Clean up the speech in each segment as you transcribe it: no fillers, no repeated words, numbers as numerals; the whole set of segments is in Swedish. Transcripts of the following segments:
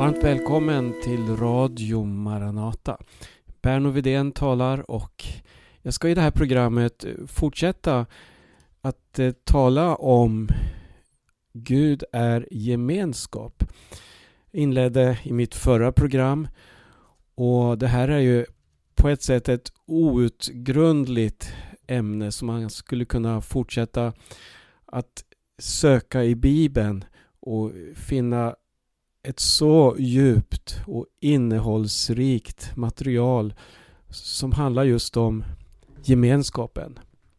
Varmt välkommen till Radio Maranata. Berno Widén talar och jag ska i det här programmet fortsätta att tala om Gud är gemenskap. Jag inledde i mitt förra program och det här är ju på ett sätt ett outgrundligt ämne som man skulle kunna fortsätta att söka i Bibeln och finna ett så djupt och innehållsrikt material som handlar just om gemenskapen.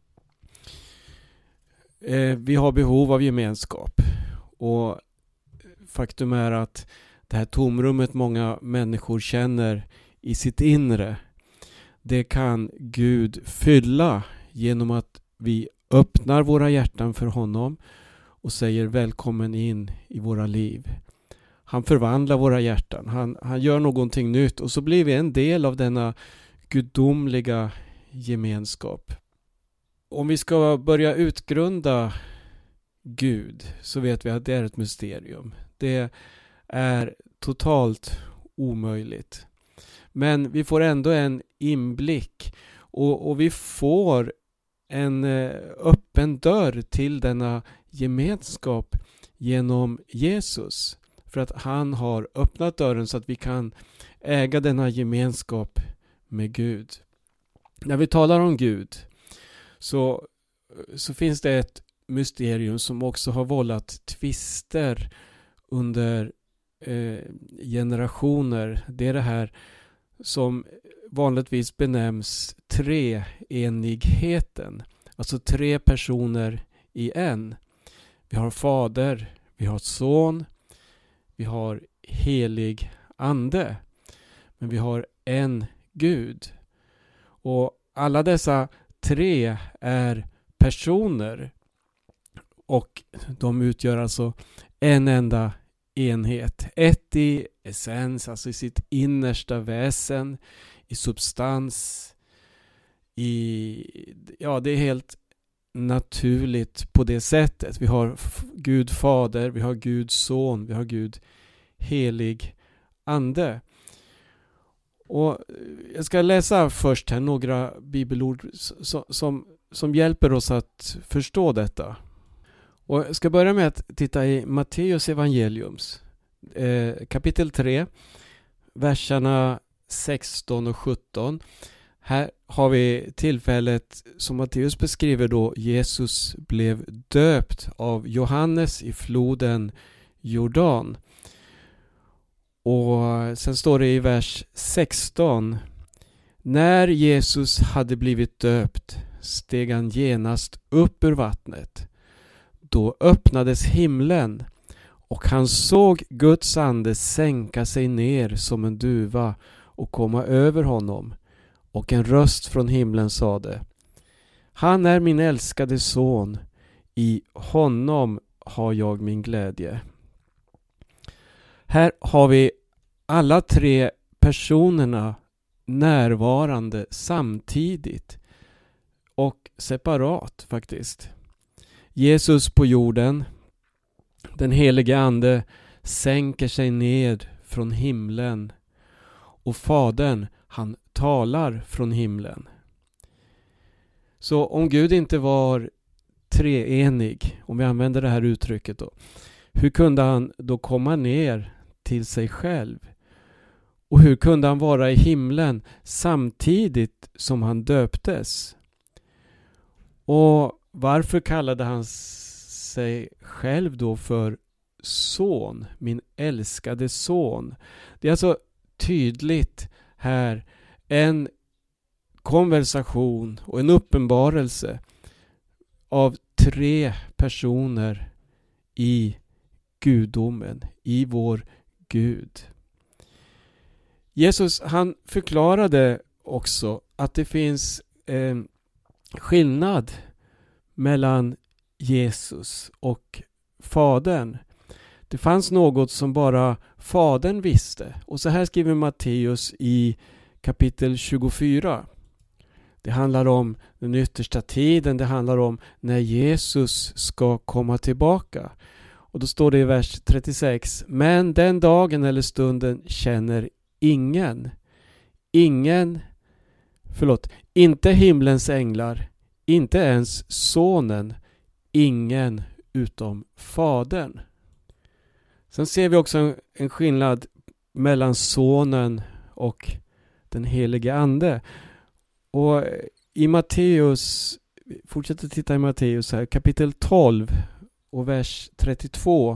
Vi har behov av gemenskap och faktum är att det här tomrummet många människor känner i sitt inre, det kan Gud fylla genom att vi öppnar våra hjärtan för honom och säger välkommen in i våra liv. Han förvandlar våra hjärtan. Han gör någonting nytt och så blir vi en del av denna gudomliga gemenskap. Om vi ska börja utgrunda Gud så vet vi att det är ett mysterium. Det är totalt omöjligt. Men vi får ändå en inblick och vi får en öppen dörr till denna gemenskap genom Jesus. För att han har öppnat dörren så att vi kan äga denna gemenskap med Gud. När vi talar om Gud så finns det ett mysterium som också har vållat tvister under generationer. Det är det här som vanligtvis benämns treenigheten. Alltså tre personer i en. Vi har fader, vi har son, vi har helig ande. Men vi har en Gud. Och alla dessa tre är personer. Och de utgör alltså en enda enhet. Ett i essens, alltså i sitt innersta väsen, i substans. Det är helt naturligt på det sättet. Vi har Gud fader, vi har Gud son, vi har Gud helig ande. Och jag ska läsa först här några bibelord som hjälper oss att förstå detta. Och jag ska börja med att titta i Matteus evangeliums kapitel 3, verserna 16 och 17. Här har vi tillfället som Matteus beskriver då Jesus blev döpt av Johannes i floden Jordan. Och sen står det i vers 16: när Jesus hade blivit döpt steg han genast upp ur vattnet. Då öppnades himlen och han såg Guds ande sänka sig ner som en duva och komma över honom. Och en röst från himlen sade: han är min älskade son, i honom har jag min glädje. Här har vi alla tre personerna närvarande samtidigt och separat faktiskt. Jesus på jorden, den helige ande sänker sig ned från himlen och fadern, han talar från himlen. Så om Gud inte var treenig, om vi använder det här uttrycket då, hur kunde han då komma ner till sig själv? Och hur kunde han vara i himlen samtidigt som han döptes? Och varför kallade han sig själv då för son, min älskade son? Det är alltså tydligt här en konversation och en uppenbarelse av tre personer i gudomen, i vår Gud. Jesus, han förklarade också att det finns skillnad mellan Jesus och Fadern. Det fanns något som bara Fadern visste. Och så här skriver Matteus i kapitel 24. Det handlar om den yttersta tiden. Det handlar om när Jesus ska komma tillbaka. Och då står det i vers 36: men den dagen eller stunden känner inte himlens änglar, inte ens sonen, ingen utom fadern. Sen ser vi också en skillnad mellan sonen och den helige ande. Och i Matteus, fortsätter titta i Matteus här, kapitel 12 och vers 32.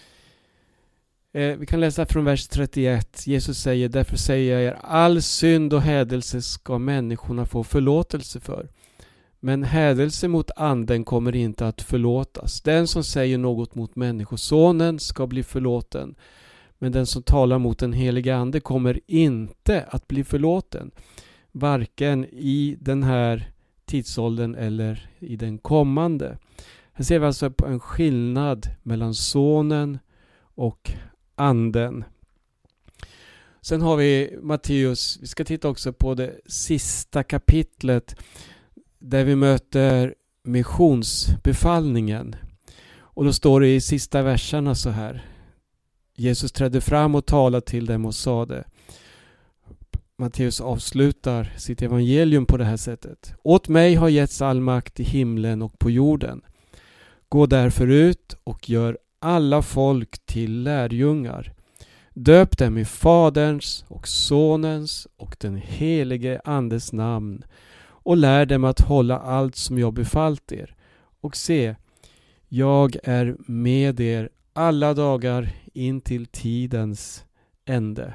Vi kan läsa från vers 31. Jesus säger: därför säger jag er, all synd och hädelse ska människorna få förlåtelse för. Men hädelse mot anden kommer inte att förlåtas. Den som säger något mot människosonen ska bli förlåten. Men den som talar mot den heliga ande kommer inte att bli förlåten. Varken i den här tidsåldern eller i den kommande. Här ser vi alltså på en skillnad mellan sonen och anden. Sen har vi Matteus. Vi ska titta också på det sista kapitlet där vi möter missionsbefallningen. Och då står det i sista verserna så här: Jesus trädde fram och talade till dem och sade. Matteus avslutar sitt evangelium på det här sättet: åt mig har getts all makt i himlen och på jorden. Gå därför ut och gör alla folk till lärjungar. Döp dem i Faderns och Sonens och den helige Andes namn och lär dem att hålla allt som jag befallt er. Och se, jag är med er alla dagar in till tidens ände.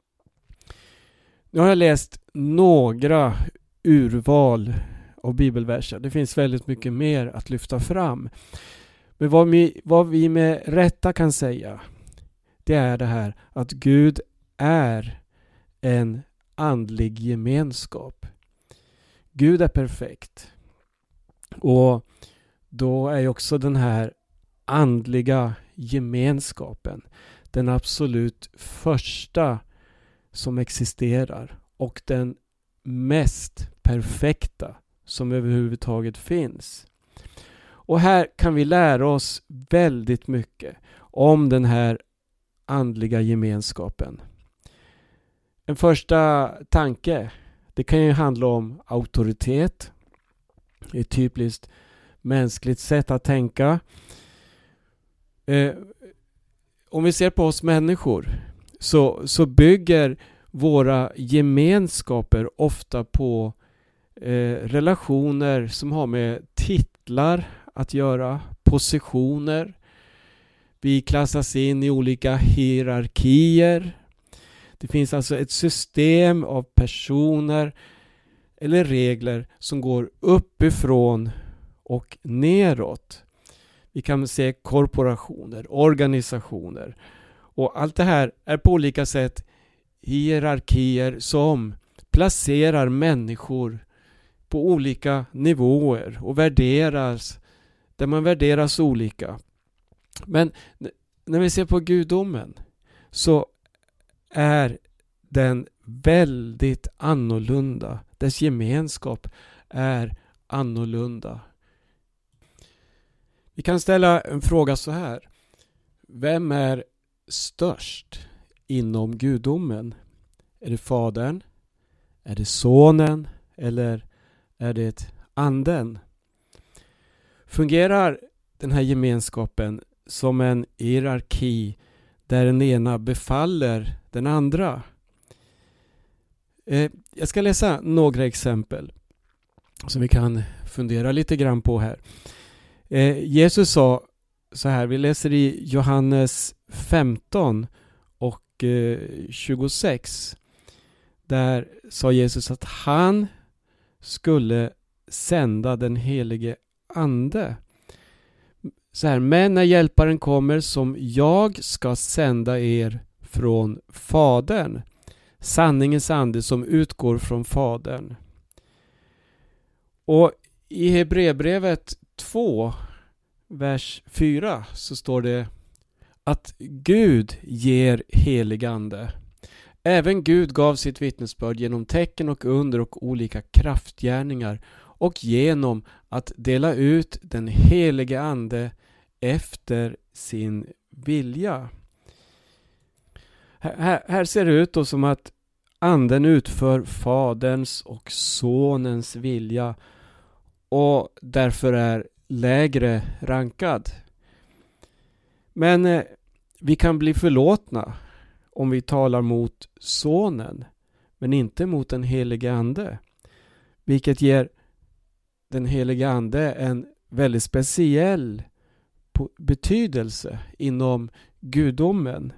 Nu har jag läst några urval av bibelverser. Det finns väldigt mycket mer att lyfta fram. Men vad vi med rätta kan säga, det är det här att Gud är en andlig gemenskap. Gud är perfekt. Och då är också den här andliga gemenskapen den absolut första som existerar och den mest perfekta som överhuvudtaget finns. Och här kan vi lära oss väldigt mycket om den här andliga gemenskapen. En första tanke, det kan ju handla om auktoritet. Det är ett typiskt mänskligt sätt att tänka. Om vi ser på oss människor så bygger våra gemenskaper ofta på relationer som har med titlar att göra, positioner. Vi klassas in i olika hierarkier. Det finns alltså ett system av personer eller regler som går uppifrån och neråt. Vi kan se korporationer, organisationer. Och allt det här är på olika sätt hierarkier som placerar människor på olika nivåer och värderas, där man värderas olika. Men när vi ser på gudomen så är den väldigt annorlunda. Dess gemenskap är annorlunda. Vi kan ställa en fråga så här: vem är störst inom gudomen? Är det Fadern? Är det Sonen? Eller är det Anden? Fungerar den här gemenskapen som en hierarki där den ena befaller den andra? Jag ska läsa några exempel som vi kan fundera lite grann på här. Jesus sa så här, vi läser i Johannes 15 och 26. Där sa Jesus att han skulle sända den helige ande. Så här: men när hjälparen kommer som jag ska sända er från Fadern, sanningens ande som utgår från Fadern. Och i Hebreerbrevet 2, vers 4 så står det att Gud ger helig ande. Även Gud gav sitt vittnesbörd genom tecken och under och olika kraftgärningar och genom att dela ut den helige ande efter sin vilja. Här ser det ut då som att anden utför faderns och sonens vilja och därför är lägre rankad. Men vi kan bli förlåtna om vi talar mot sonen, men inte mot den helige ande. Vilket ger den helige ande en väldigt speciell betydelse inom gudomen.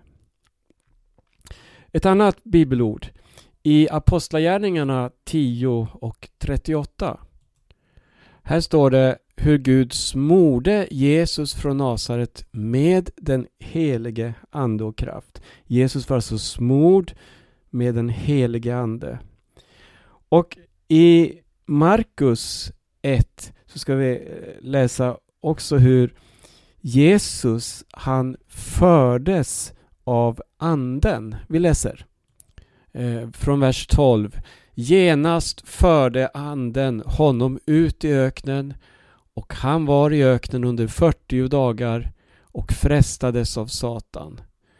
Ett annat bibelord i Apostlagärningarna 10 och 38. Här står det hur Gud smorde Jesus från Nasaret med den helige ande och kraft. Jesus var alltså smord med den helige ande. Och i Markus 1 så ska vi läsa också hur Jesus han fördes av anden. Vi läser från vers 12. Genast förde anden honom ut i öknen och han var i öknen under 40 dagar och frestades av Satan.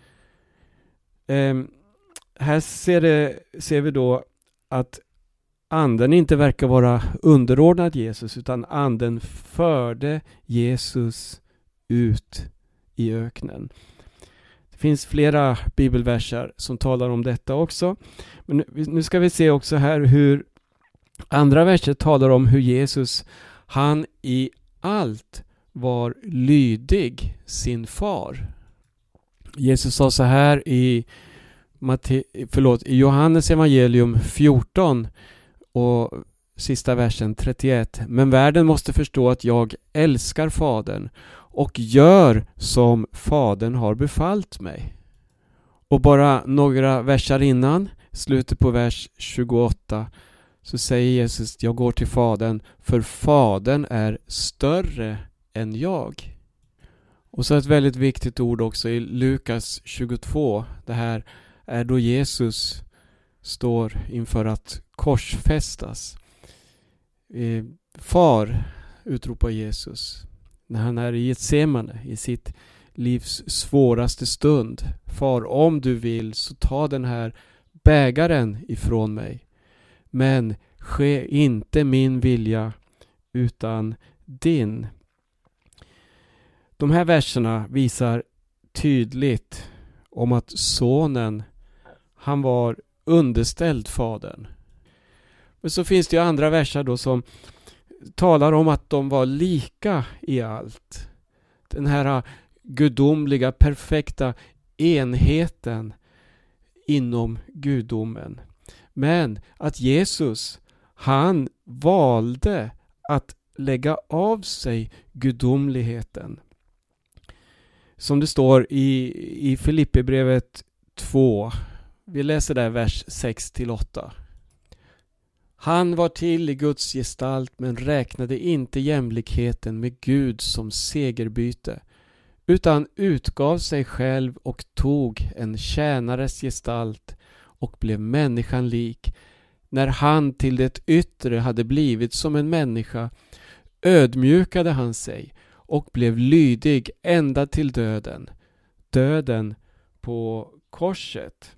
Här ser vi då att anden inte verkar vara underordnad Jesus, utan anden förde Jesus ut i öknen. Det finns flera bibelverser som talar om detta också. Men nu ska vi se också här hur andra verser talar om hur Jesus, han i allt var lydig sin far. Jesus sa så här i Johannes evangelium 14 och sista versen 31. Men världen måste förstå att jag älskar Fadern och gör som Fadern har befallt mig. Och bara några versar innan, slutet på vers 28, så säger Jesus, jag går till Fadern för Fadern är större än jag. Och så ett väldigt viktigt ord också i Lukas 22. Det här är då Jesus står inför att korsfästas. Far, utropar Jesus när han är i Getsemane i sitt livs svåraste stund. Far, om du vill så ta den här bägaren ifrån mig. Men ske inte min vilja utan din. De här verserna visar tydligt om att sonen, han var underställd fadern. Men så finns det ju andra verser då som talar om att de var lika i allt. Den här gudomliga, perfekta enheten inom gudomen. Men att Jesus, han valde att lägga av sig gudomligheten. Som det står i Filippibrevet 2. Vi läser där vers 6-8. Han var till i Guds gestalt men räknade inte jämlikheten med Gud som segerbyte, utan utgav sig själv och tog en tjänares gestalt och blev människan lik. När han till det yttre hade blivit som en människa ödmjukade han sig och blev lydig ända till döden på korset.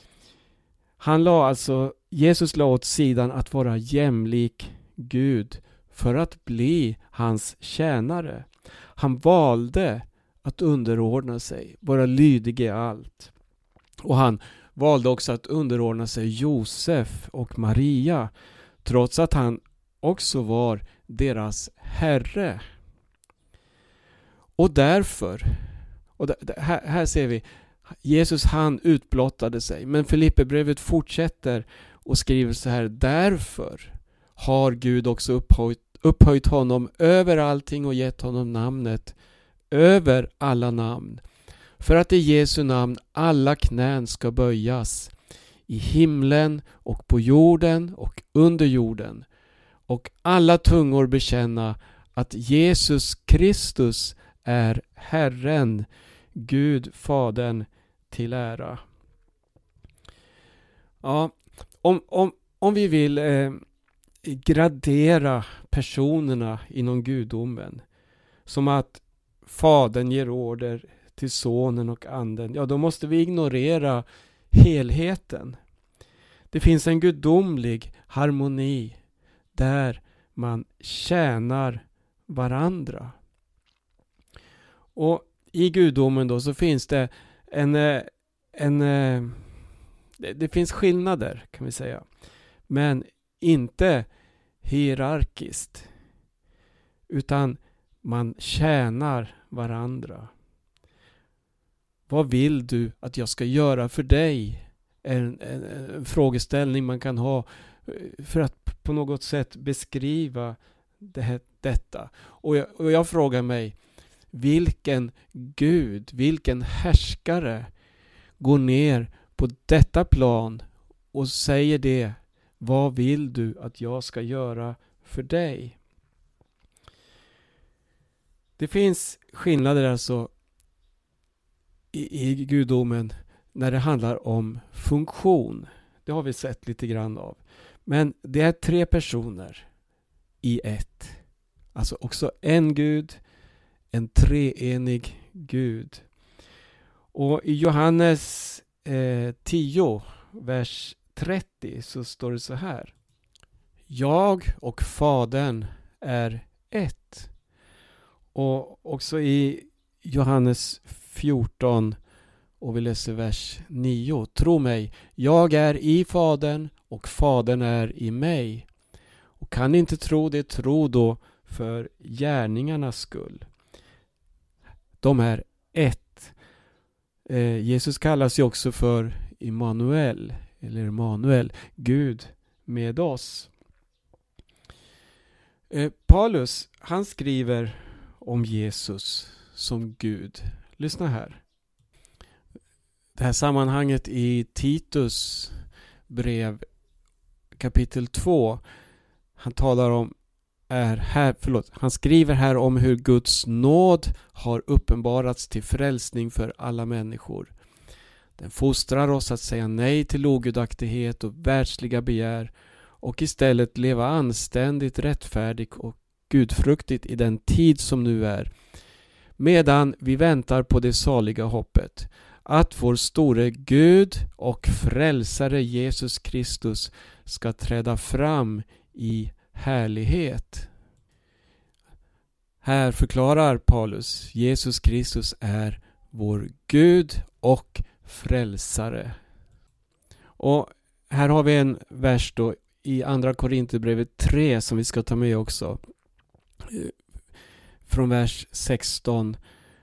Jesus la åt sidan att vara jämlik Gud för att bli hans tjänare. Han valde att underordna sig, vara lydig i allt. Och han valde också att underordna sig Josef och Maria, trots att han också var deras herre. Och därför, här ser vi, Jesus han utblottade sig. Men Filippibrevet fortsätter och skriver så här: därför har Gud också upphöjt honom över allting och gett honom namnet över alla namn. För att i Jesu namn alla knän ska böjas i himlen och på jorden och under jorden. Och alla tungor bekänna att Jesus Kristus är Herren, Gud Fadern till ära. Ja, om vi vill gradera personerna inom gudomen, som att Fadern ger order till Sonen och Anden, ja då måste vi ignorera helheten. Det finns en gudomlig harmoni där man tjänar varandra. Och i gudomen då så finns det det finns skillnader kan vi säga. Men inte hierarkiskt. Utan man tjänar varandra. Vad vill du att jag ska göra för dig? En frågeställning man kan ha för att på något sätt beskriva detta. Och jag frågar mig, vilken Gud, vilken härskare går ner på detta plan och säger det? Vad vill du att jag ska göra för dig? Det finns skillnader alltså i gudomen när det handlar om funktion. Det har vi sett lite grann av. Men det är 3 personer i ett. Alltså också en Gud, en treenig Gud. Och i Johannes 10, vers 30 så står det så här. Jag och Fadern är ett. Och också i Johannes 14 och vi läser vers 9. Tro mig, jag är i Fadern och Fadern är i mig. Och kan inte tro det, tro då för gärningarnas skull. De är ett. Jesus kallas ju också för Immanuel, eller Emanuel, Gud med oss. Paulus, han skriver om Jesus som Gud. Lyssna här. Det här sammanhanget i Titus brev kapitel 2. Han talar om han skriver här om hur Guds nåd har uppenbarats till frälsning för alla människor. Den fostrar oss att säga nej till ogudaktighet och världsliga begär och istället leva anständigt, rättfärdigt och gudfruktigt i den tid som nu är. Medan vi väntar på det saliga hoppet, att vår store Gud och frälsare Jesus Kristus ska träda fram i härlighet. Här förklarar Paulus, Jesus Kristus är vår Gud och frälsare. Och här har vi en vers då i andra Korinthierbrevet 3 som vi ska ta med också. Från vers 16.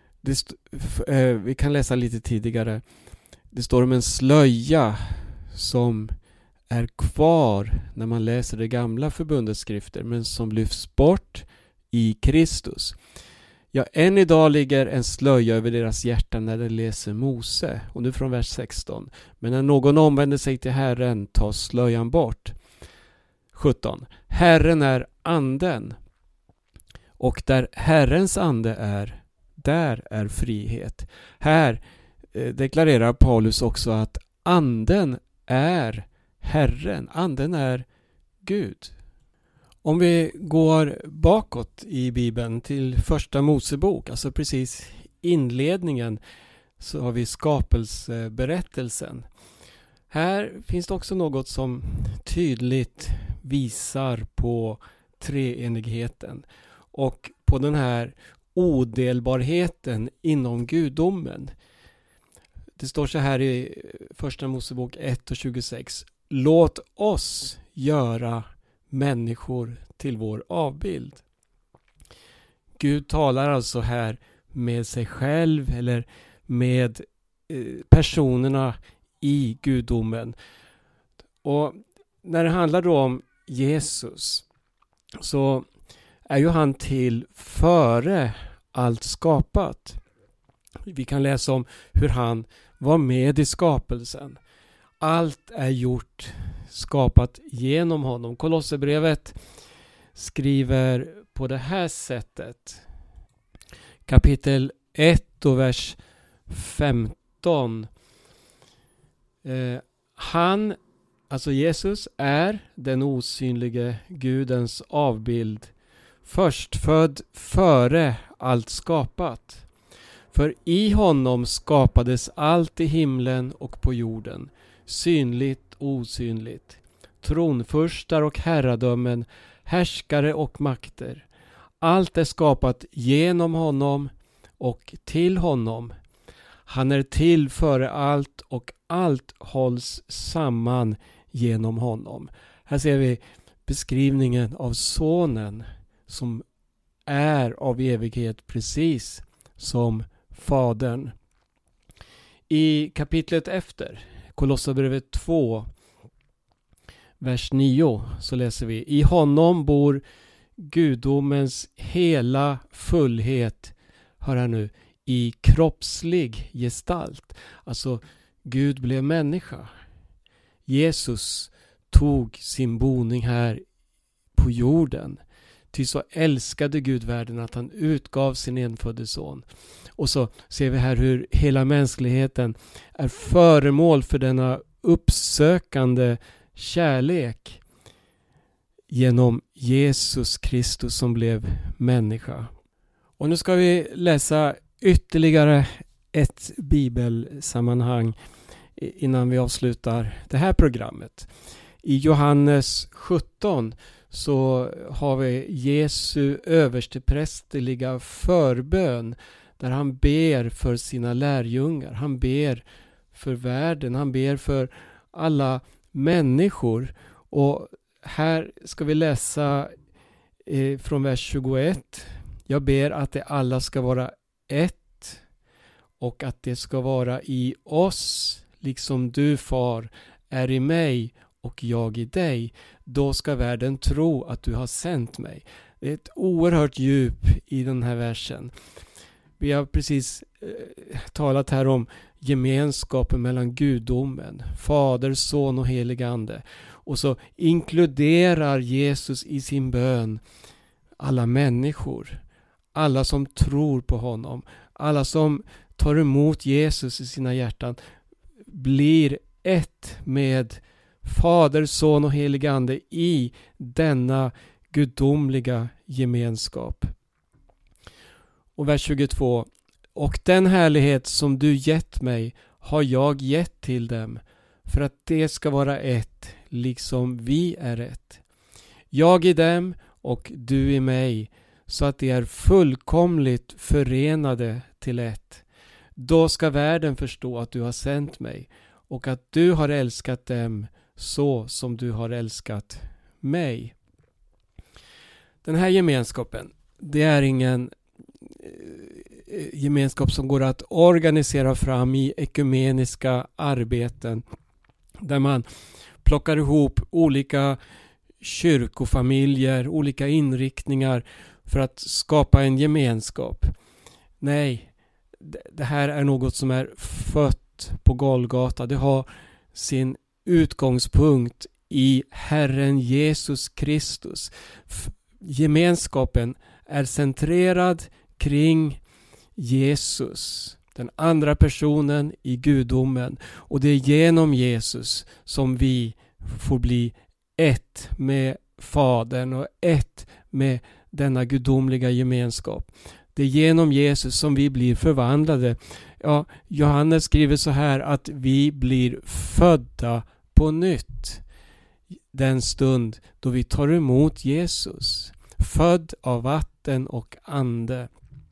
Vi kan läsa lite tidigare. Det står om en slöja som är kvar när man läser det gamla förbundets skrifter, men som lyfts bort i Kristus. Ja, än idag ligger en slöja över deras hjärtan när de läser Mose. Och nu från vers 16. Men när någon omvänder sig till Herren tas slöjan bort. 17. Herren är anden. Och där Herrens ande är, där är frihet. Här deklarerar Paulus också att anden är Herren. Anden är Gud. Om vi går bakåt i Bibeln till första Mosebok, alltså precis inledningen, så har vi skapelseberättelsen. Här finns det också något som tydligt visar på treenigheten och på den här odelbarheten inom gudomen. Det står så här i första Mosebok 1:26. Låt oss göra människor till vår avbild. Gud talar alltså här med sig själv eller med personerna i gudomen. Och när det handlar då om Jesus så är ju han till före allt skapat. Vi kan läsa om hur han var med i skapelsen. Allt är gjort, skapat genom honom. Kolosserbrevet skriver på det här sättet. Kapitel 1 och vers 15. Han, alltså Jesus, är den osynlige Gudens avbild, förstfödd före allt skapat. För i honom skapades allt i himlen och på jorden, synligt och osynligt, tronfurstar och herradömen, härskare och makter. Allt är skapat genom honom och till honom. Han är till före allt och allt hålls samman genom honom. Här ser vi beskrivningen av sonen som är av evighet precis som fadern. I kapitlet efter, Kolosserbrevet 2, vers 9, så läser vi: I honom bor gudomens hela fullhet, hör här nu, i kroppslig gestalt. Alltså Gud blev människa. Jesus tog sin boning här på jorden. Ty så älskade Gud världen att han utgav sin enfödde son. Och så ser vi här hur hela mänskligheten är föremål för denna uppsökande kärlek genom Jesus Kristus som blev människa. Och nu ska vi läsa ytterligare ett bibelsammanhang innan vi avslutar det här programmet. I Johannes 17 så har vi Jesu översteprästerliga förbön där han ber för sina lärjungar. Han ber för världen, han ber för alla människor. Och här ska vi läsa från vers 21. Jag ber att det alla ska vara ett och att det ska vara i oss, liksom du, far, är i mig och jag i dig. Då ska världen tro att du har sänt mig. Det är ett oerhört djup i den här versen. Vi har precis talat här om gemenskapen mellan gudomen, Fader, Son och helig ande. Och så inkluderar Jesus i sin bön alla människor. Alla som tror på honom. Alla som tar emot Jesus i sina hjärtan blir ett med Fader, Son och helig ande i denna gudomliga gemenskap. Och vers 22. Och den härlighet som du gett mig har jag gett till dem, för att det ska vara ett, liksom vi är ett. Jag i dem och du i mig, så att de är fullkomligt förenade till ett. Då ska världen förstå att du har sänt mig och att du har älskat dem så som du har älskat mig. Den här gemenskapen, det är ingen gemenskap som går att organisera fram i ekumeniska arbeten där man plockar ihop olika kyrkofamiljer, olika inriktningar för att skapa en gemenskap. Nej, det här är något som är fött på Golgata. Det har sin utgångspunkt i Herren Jesus Kristus. Gemenskapen är centrerad kring Jesus, den andra personen i gudomen, och det är genom Jesus som vi får bli ett med Fadern och ett med denna gudomliga gemenskap. Det är genom Jesus som vi blir förvandlade. Ja, Johannes skriver så här att vi blir födda på nytt den stund då vi tar emot Jesus. Född av vatten och ande.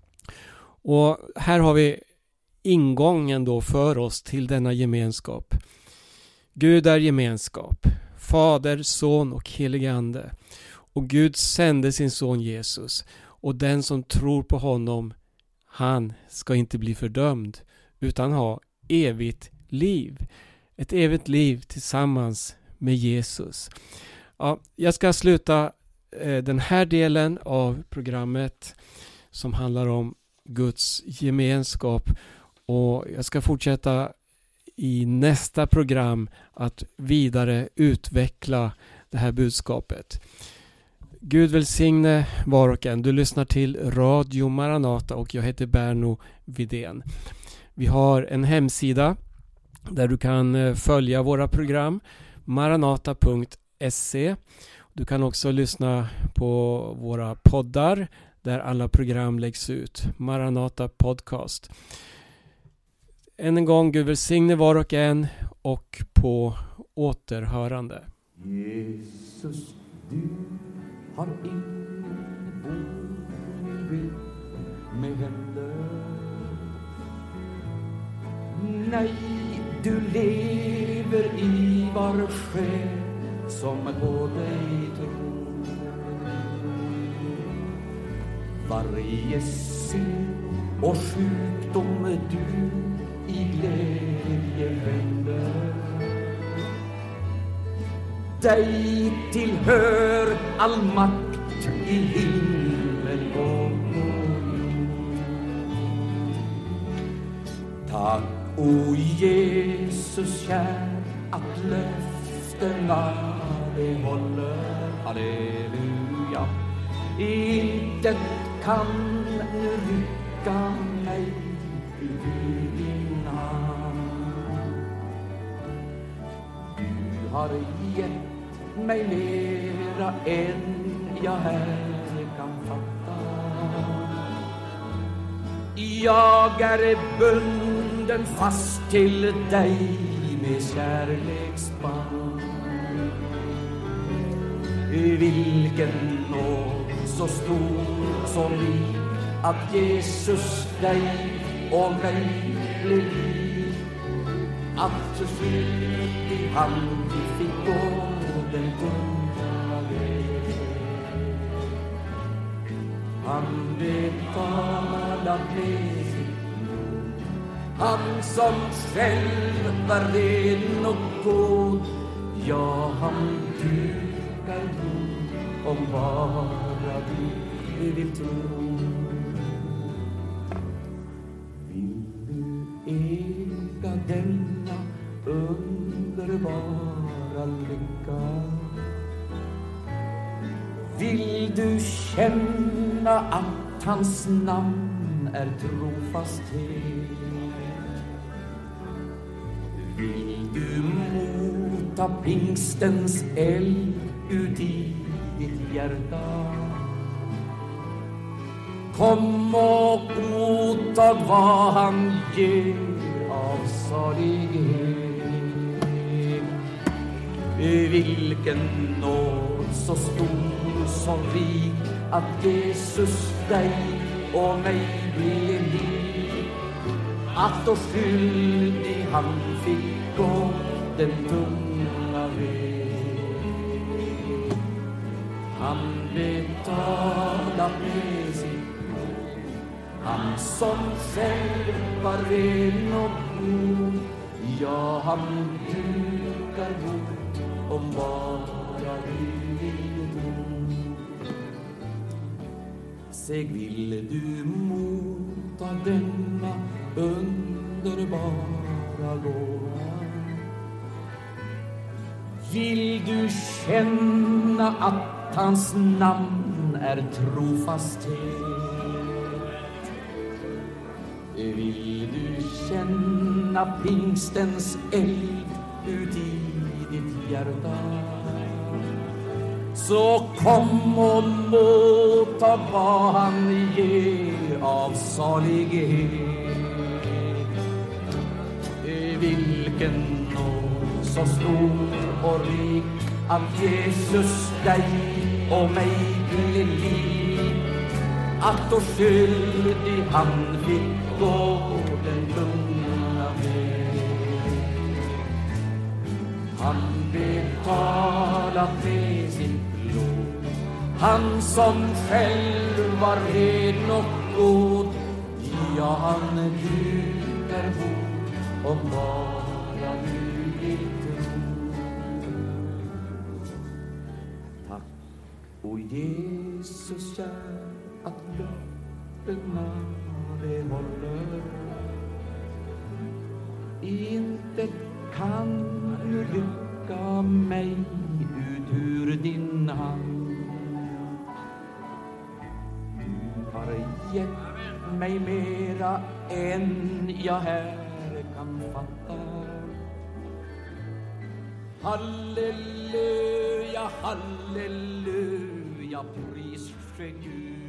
Och här har vi ingången då för oss till denna gemenskap. Gud är gemenskap. Fader, Son och helig ande. Och Gud sände sin son Jesus. Och den som tror på honom, han ska inte bli fördömd utan ha evigt liv. Ett evigt liv tillsammans med Jesus. Ja, jag ska sluta den här delen av programmet som handlar om Guds gemenskap, och jag ska fortsätta i nästa program att vidare utveckla det här budskapet. Gud välsigne var och en. Du lyssnar till Radio Maranata och jag heter Berno Widén. Vi har en hemsida där du kan följa våra program, maranata.se. Du kan också lyssna på våra poddar där alla program läggs ut. Maranata Podcast. Än en gång, Gud välsigne var och en och på återhörande. Jesus, du har ingen boning med händer. Nej, du lever i var själ som på dig tror. Varje synd och sjukdom du i glädje vänder. Dig tillhör all makt i himmel och jord. Tack, o Jesus kär, att löftena de håller. Halleluja. Intet kan nu rycka mig ur din hand. Du har gett mig mera än jag här kan fatta. Jag är bunden fast till dig med kärleksband. Vilken nåd så stor som rik, att Jesus dig och mig blev lik. Att så skyldig han fick gå den tunga väg. Han betalat med sitt blod, han som själv var ren och god. Ja, han dukar god om bara du vill tro. Vill du äga denna underbara lycka? Vill du känna att hans namn är trofasthet? Vill du mota pingstens eld ut i ditt hjärta? Kom och mottag vad han ger av salighet. Vilken nåd så stor som rik, att Jesus dig och mig blev lik. Att då skyldig han fick gå den tunga väg. Han betalat med sitt blod, han som själv var ren och god. Ja, han dukar god om bara vi vill tro. Säg, vill du motta denna underbara gåva? Vill du känna att hans namn är trofasthet? Vill du känna pingstens eld ut i ditt hjärta? Så kom och motta vad han ger av salighet. Vilken nåd så stor och rik, att Jesus dig och mig blev lik. Att då skyldig han fick gå den lugna väg. Han betalat med sitt blod, han som själv var ren och god. Ja, han dukar god om bara du vill tro. Tack, o Jesus kär, att löftena det håller. Inte kan nu lycka mig ut ur din hand. Du har gett mig mera än jag här kan fatta. Halleluja, halleluja, pris för Gud.